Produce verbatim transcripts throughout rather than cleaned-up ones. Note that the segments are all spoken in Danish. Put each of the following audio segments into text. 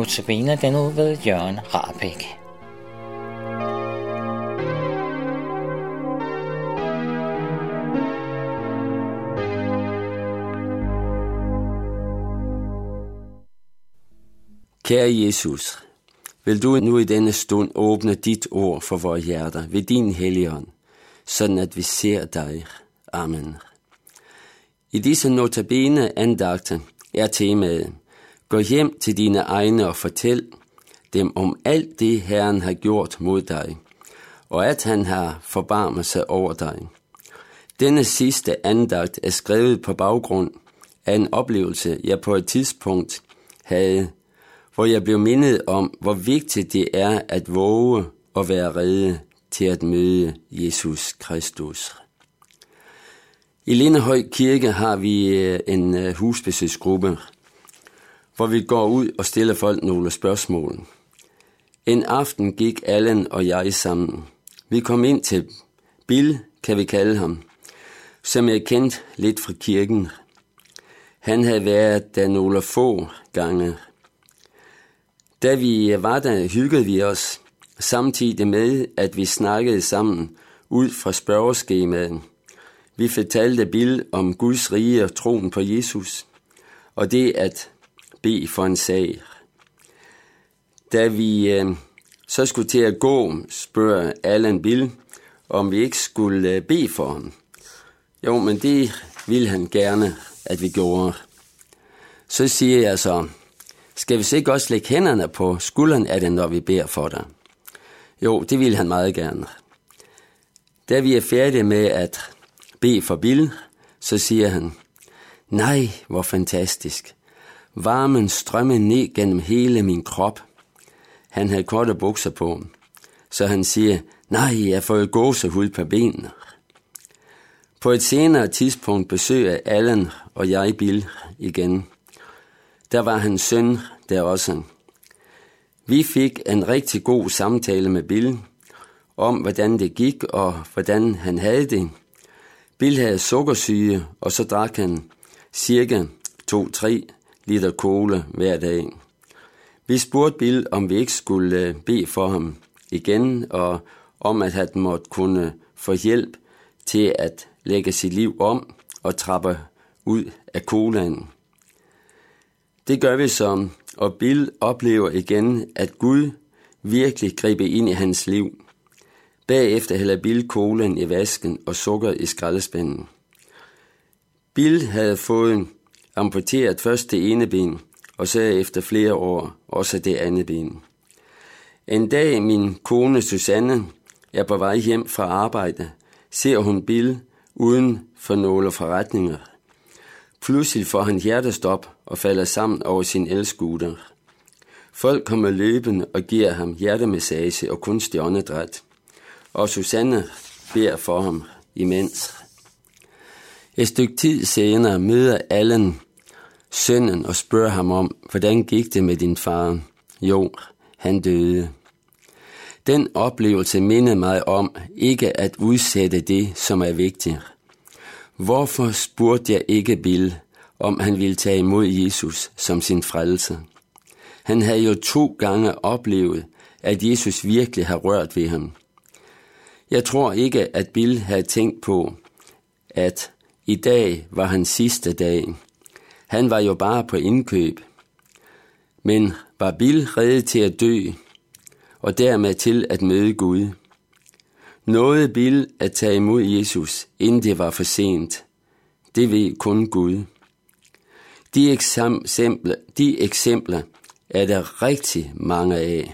Notabene den ud ved Jørgen Rahbek. Kære Jesus, vil du nu i denne stund åbne dit ord for vores hjerter ved din Helligånd, sådan at vi ser dig. Amen. I disse notabene andagter er temaet: gå hjem til dine egne og fortæl dem om alt det, Herren har gjort mod dig, og at han har forbarmet sig over dig. Denne sidste andagt er skrevet på baggrund af en oplevelse, jeg på et tidspunkt havde, hvor jeg blev mindet om, hvor vigtigt det er at våge og være rede til at møde Jesus Kristus. I Lindehøj Kirke har vi en husbesøgsgruppe, hvor vi går ud og stiller folk nogle spørgsmål. En aften gik Allen og jeg sammen. Vi kom ind til Bill, kan vi kalde ham, som jeg kendte lidt fra kirken. Han havde været der nogle få gange. Da vi var der, hyggede vi os, samtidig med, at vi snakkede sammen ud fra spørgeskemaet. Vi fortalte Bill om Guds rige og troen på Jesus, og det at bede for en sag. Da vi øh, så skulle til at gå, spørger Allen Bill, om vi ikke skulle øh, bede for ham. Jo, men det ville han gerne, at vi gjorde. Så siger jeg så: skal vi så ikke også lægge hænderne på skulderen af det, når vi beder for dig? Jo, det ville han meget gerne. Da vi er færdige med at bede for Bill, så siger han: nej, hvor fantastisk. Varmen strømmede ned gennem hele min krop. Han havde korte bukser på, så han siger: nej, jeg får jo gåsehud på benene. På et senere tidspunkt besøger Allen og jeg Bill igen. Der var hans søn der også. Vi fik en rigtig god samtale med Bill om, hvordan det gik og hvordan han havde det. Bill havde sukkersyge, og så drak han cirka to til tre liter cola hver dag. Vi spurgte Bill, om vi ikke skulle bede for ham igen, og om at han måtte kunne få hjælp til at lægge sit liv om og trappe ud af colaen. Det gør vi så, og Bill oplever igen, at Gud virkelig griber ind i hans liv. Bagefter hælder Bill colaen i vasken og sukker i skraldespanden. Bill havde fået amputeret først det ene ben, og så efter flere år også det andet ben. En dag min kone Susanne er på vej hjem fra arbejde, ser hun Bill uden for nogle forretninger. Pludselig får han hjertestop og falder sammen over sin elscooter. Folk kommer løbende og giver ham hjertemassage og kunstig åndedræt, og Susanne beder for ham imens. Et stykke tid senere møder Allen sønnen og spørger ham om, hvordan gik det med din far? Jo, han døde. Den oplevelse minder mig om ikke at udsætte det, som er vigtigt. Hvorfor spurgte jeg ikke Bill, om han ville tage imod Jesus som sin frelser? Han havde jo to gange oplevet, at Jesus virkelig har rørt ved ham. Jeg tror ikke, at Bill havde tænkt på, at i dag var hans sidste dag. Han var jo bare på indkøb. Men var Bill rede til at dø, og dermed til at møde Gud? Nåede Bill at tage imod Jesus, inden det var for sent? Det ved kun Gud. De eksempler, de eksempler er der rigtig mange af.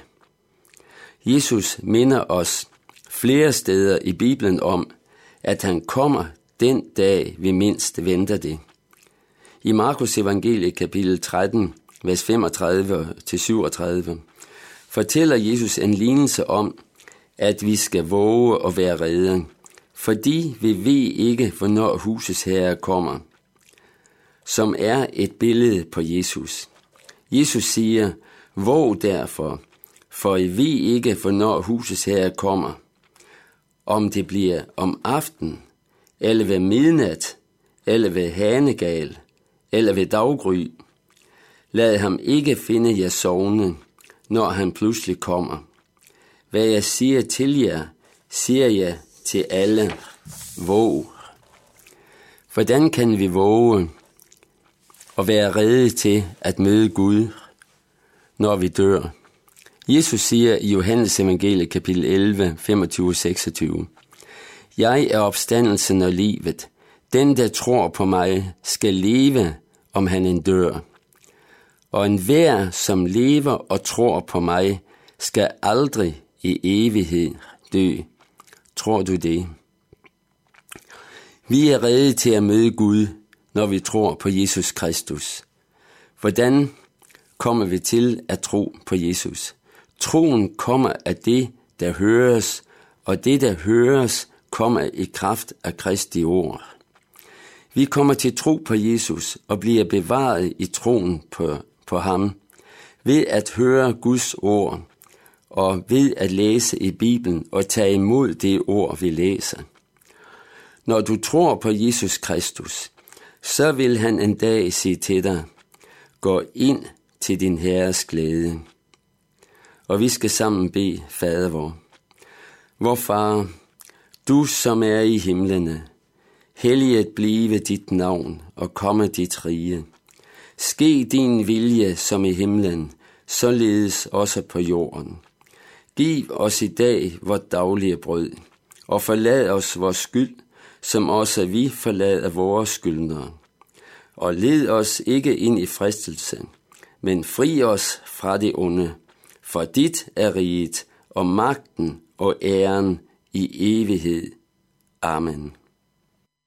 Jesus minder os flere steder i Bibelen om, at han kommer den dag, vi mindst venter det. I Markus Evangeliet kapitel tretten, vers femogtredive til syvogtredive, fortæller Jesus en lignelse om, at vi skal våge og være rede, fordi vi ved ikke, hvornår husets herre kommer, som er et billede på Jesus. Jesus siger: våg derfor, for I ved ikke, hvornår husets herre kommer. Om det bliver om aften, eller ved midnat, eller ved hanegal, eller ved daggry. Lad ham ikke finde jer sovne, når han pludselig kommer. Hvad jeg siger til jer, siger jeg til alle, våg. Hvordan kan vi våge og være rede til at møde Gud, når vi dør? Jesus siger i Johannes evangeliet kapitel elleve, femogtyve og seksogtyve, jeg er opstandelsen og livet. Den, der tror på mig, skal leve, om han end dør. Og enhver, som lever og tror på mig, skal aldrig i evighed dø. Tror du det? Vi er rede til at møde Gud, når vi tror på Jesus Kristus. Hvordan kommer vi til at tro på Jesus? Troen kommer af det, der høres, og det, der høres, kommer i kraft af Kristi ord. Vi kommer til tro på Jesus og bliver bevaret i troen på, på ham, ved at høre Guds ord, og ved at læse i Bibelen og tage imod det ord, vi læser. Når du tror på Jesus Kristus, så vil han en dag sige til dig, gå ind til din Herres glæde. Og vi skal sammen bede, Fader vor. Vor Far, du som er i himlene, helliget blive dit navn og komme dit rige. Ske din vilje som i himlen, således også på jorden. Giv os i dag vort daglige brød, og forlad os vores skyld, som også vi forlader vores skyldnere. Og led os ikke ind i fristelse, men fri os fra det onde, for dit er riget og magten og æren i evighed. Amen.